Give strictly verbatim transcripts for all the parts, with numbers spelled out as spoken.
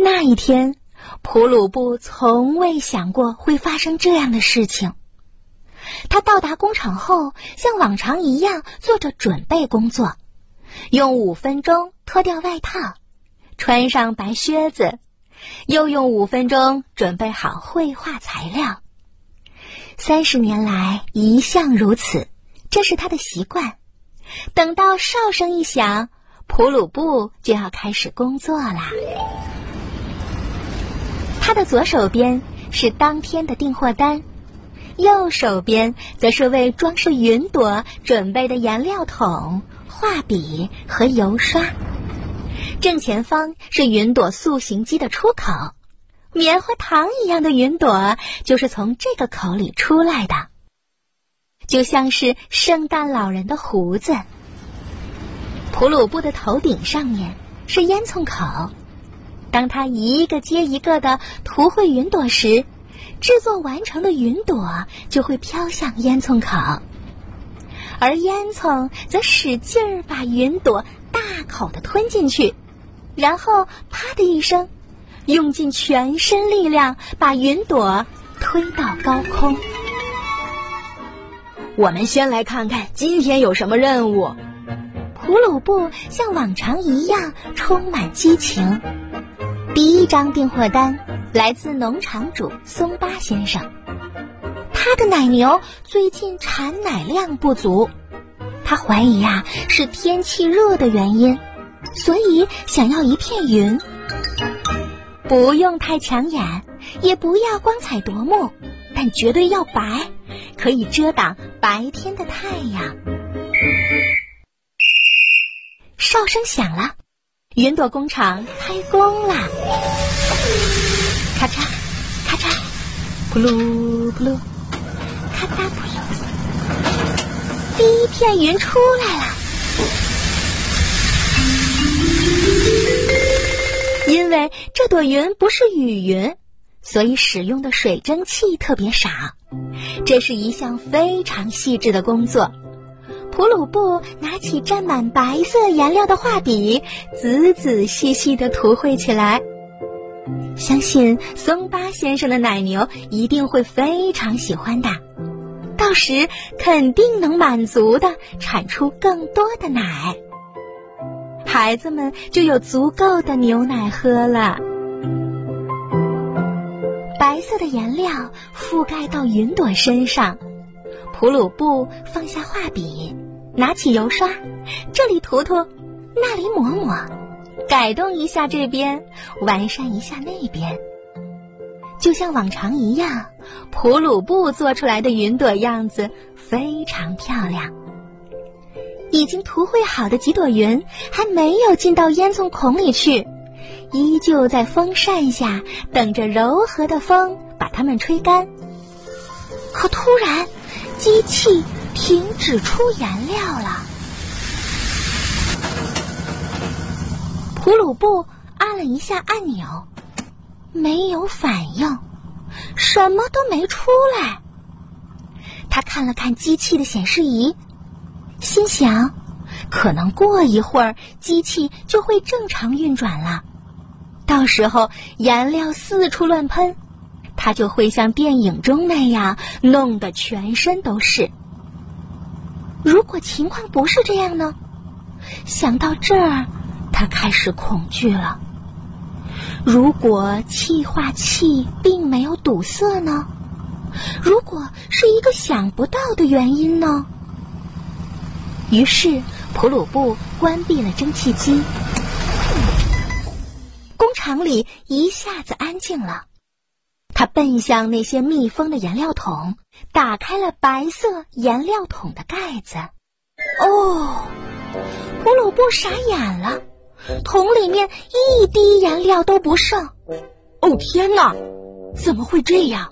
那一天，普鲁布从未想过会发生这样的事情。他到达工厂后，像往常一样做着准备工作，用五分钟脱掉外套，穿上白靴子，又用五分钟准备好绘画材料。三十年来一向如此，这是他的习惯。等到哨声一响，普鲁布就要开始工作啦。他的左手边是当天的订货单，右手边则是为装饰云朵准备的颜料桶、画笔和油刷。正前方是云朵塑形机的出口，棉花糖一样的云朵就是从这个口里出来的，就像是圣诞老人的胡子。普鲁布的头顶上面是烟囱口，当他一个接一个的涂绘云朵时，制作完成的云朵就会飘向烟囱口，而烟囱则使劲儿把云朵大口的吞进去，然后啪的一声，用尽全身力量把云朵推到高空。 我们先来看看今天有什么任务。 普鲁布像往常一样充满激情。第一张订货单来自农场主松巴先生，他的奶牛最近产奶量不足，他怀疑啊是天气热的原因，所以想要一片云，不用太抢眼，也不要光彩夺目，但绝对要白，可以遮挡白天的太阳。哨声响了，云朵工厂开工啦！咔嚓咔嚓，扑噜扑噜，咔嗒扑噜，第一片云出来了。因为这朵云不是雨云，所以使用的水蒸气特别少，这是一项非常细致的工作。普鲁布拿起沾满白色颜料的画笔，仔仔细细地涂绘起来。相信松巴先生的奶牛一定会非常喜欢的，到时肯定能满足地产出更多的奶，孩子们就有足够的牛奶喝了。白色的颜料覆盖到云朵身上，普鲁布放下画笔，拿起油刷，这里涂涂，那里抹抹，改动一下这边，完善一下那边。就像往常一样，普鲁布做出来的云朵样子非常漂亮。已经涂绘好的几朵云还没有进到烟囱孔里去，依旧在风扇下等着柔和的风把它们吹干。可突然，机器停止出颜料了。普鲁布按了一下按钮，没有反应，什么都没出来。他看了看机器的显示仪，心想，可能过一会儿机器就会正常运转了，到时候颜料四处乱喷，它就会像电影中那样弄得全身都是。如果情况不是这样呢？想到这儿，他开始恐惧了。如果气化器并没有堵塞呢？如果是一个想不到的原因呢？于是普鲁布关闭了蒸汽机，工厂里一下子安静了。他奔向那些密封的颜料桶，打开了白色颜料桶的盖子。哦，普鲁布傻眼了，桶里面一滴颜料都不剩。 哦天哪，怎么会这样？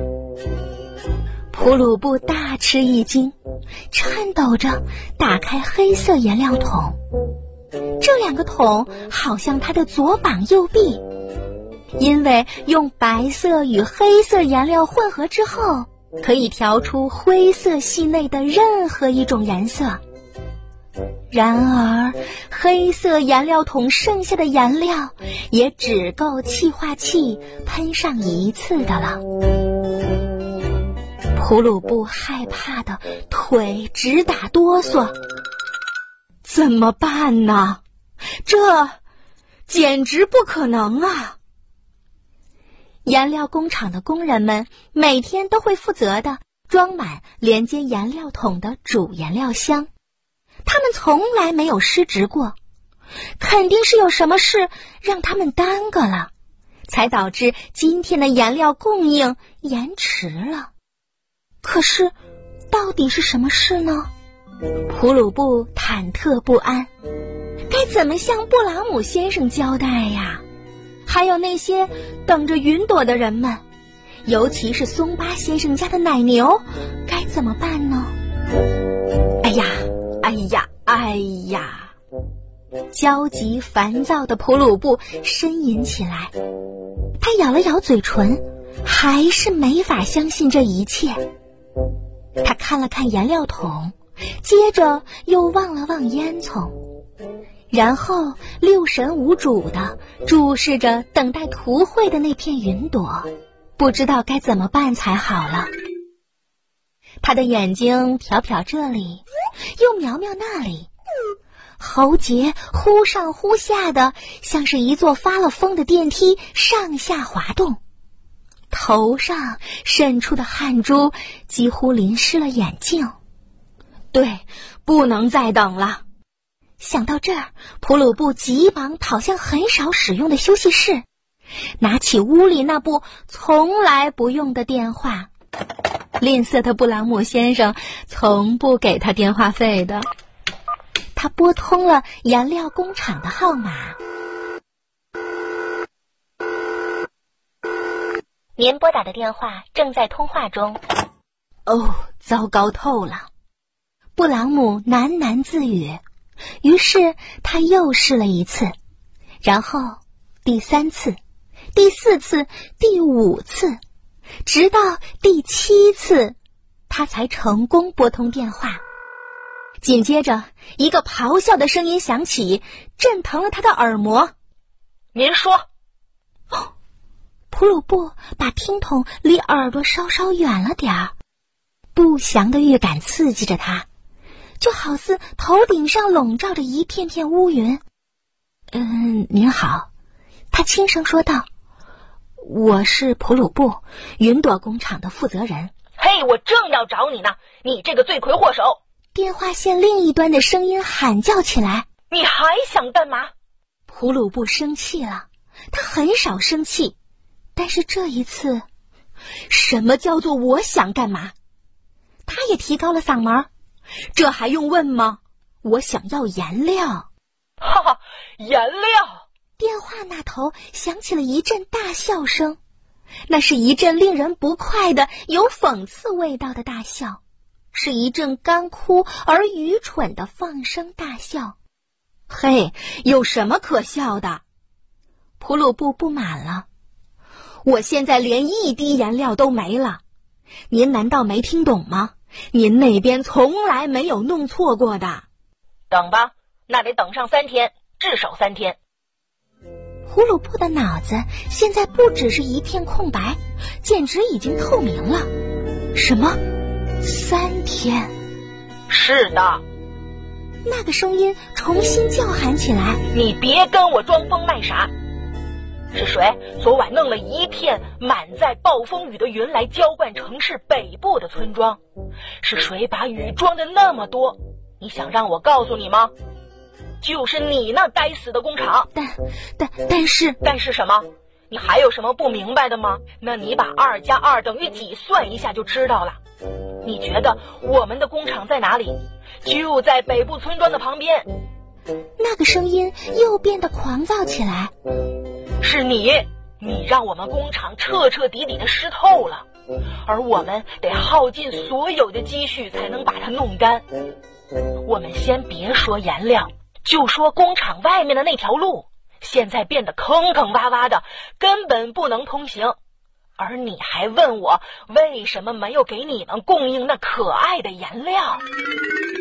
普鲁布大吃一惊，颤抖着打开黑色颜料桶。这两个桶好像他的左膀右臂，因为用白色与黑色颜料混合之后，可以调出灰色系内的任何一种颜色。 然而，黑色颜料桶剩下的颜料也只够气化器喷上一次的了。普鲁布害怕的腿直打哆嗦。 怎么办呢？这简直不可能啊！ 颜料工厂的工人们每天都会负责的装满连接颜料桶的主颜料箱，他们从来没有失职过，肯定是有什么事让他们耽搁了，才导致今天的颜料供应延迟了。可是，到底是什么事呢？普鲁布忐忑不安，该怎么向布朗姆先生交代呀？还有那些等着云朵的人们，尤其是松巴先生家的奶牛，该怎么办呢？ 哎呀，哎呀，哎呀！ 焦急烦躁的普鲁布呻吟起来，他咬了咬嘴唇，还是没法相信这一切。他看了看颜料桶，接着又望了望烟囱，然后六神无主地注视着等待涂绘的那片云朵，不知道该怎么办才好了。他的眼睛瞟瞟这里，又瞄瞄那里，喉结忽上忽下的，像是一座发了疯的电梯上下滑动。头上渗出的汗珠几乎淋湿了眼镜。 对，不能再等了。 想到这儿，普鲁布急忙跑向很少使用的休息室，拿起屋里那部从来不用的电话。吝啬的布朗姆先生从不给他电话费的。他拨通了颜料工厂的号码。您拨打的电话正在通话中。 哦，糟糕透了！ 布朗姆喃喃自语，于是他又试了一次，然后第三次、第四次、第五次，直到第七次，他才成功拨通电话。紧接着，一个咆哮的声音响起，震疼了他的耳膜。 您说。 哦，普鲁布把听筒离耳朵稍稍远了点儿，不祥的预感刺激着他，就好似头顶上笼罩着一片片乌云。嗯，您好，他轻声说道，我是普鲁布，云朵工厂的负责人。 嘿，我正要找你呢，你这个罪魁祸首！ 电话线另一端的声音喊叫起来。 你还想干嘛？ 普鲁布生气了，他很少生气，但是这一次， 什么叫做我想干嘛？ 他也提高了嗓门， 这还用问吗？我想要颜料。 哈哈，颜料！ 电话那头响起了一阵大笑声，那是一阵令人不快的有讽刺味道的大笑，是一阵干枯而愚蠢的放声大笑。 嘿，有什么可笑的？ 普鲁布不满了。 我现在连一滴颜料都没了，您难道没听懂吗？您那边从来没有弄错过的。 等吧，那得等上三天，至少三天。 普鲁布的脑子现在不只是一片空白，简直已经透明了。什么？三天？ 是的。 那个声音重新叫喊起来。 你别跟我装疯卖傻。是谁昨晚弄了一片满载暴风雨的云来浇灌城市北部的村庄？是谁把雨装的那么多？你想让我告诉你吗？就是你那该死的工厂。 但但但是但是什么？你还有什么不明白的吗？那你把二加二等于几算一下就知道了。你觉得我们的工厂在哪里？就在北部村庄的旁边。 那个声音又变得狂躁起来。 是你，你让我们工厂彻彻底底的湿透了，而我们得耗尽所有的积蓄才能把它弄干。我们先别说颜料，就说工厂外面的那条路，现在变得坑坑洼洼的，根本不能通行。而你还问我为什么没有给你们供应那可爱的颜料？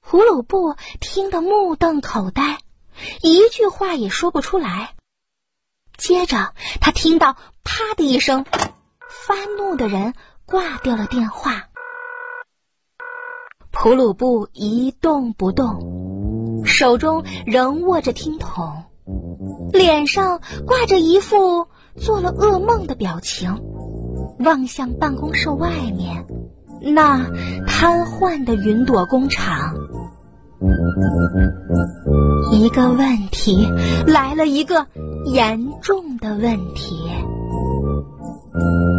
胡鲁布听得目瞪口呆，一句话也说不出来。接着他听到啪的一声，发怒的人挂掉了电话。普鲁布一动不动，手中仍握着听筒，脸上挂着一副做了噩梦的表情，望向办公室外面那瘫痪的云朵工厂。一个问题来了，一个严重的问题。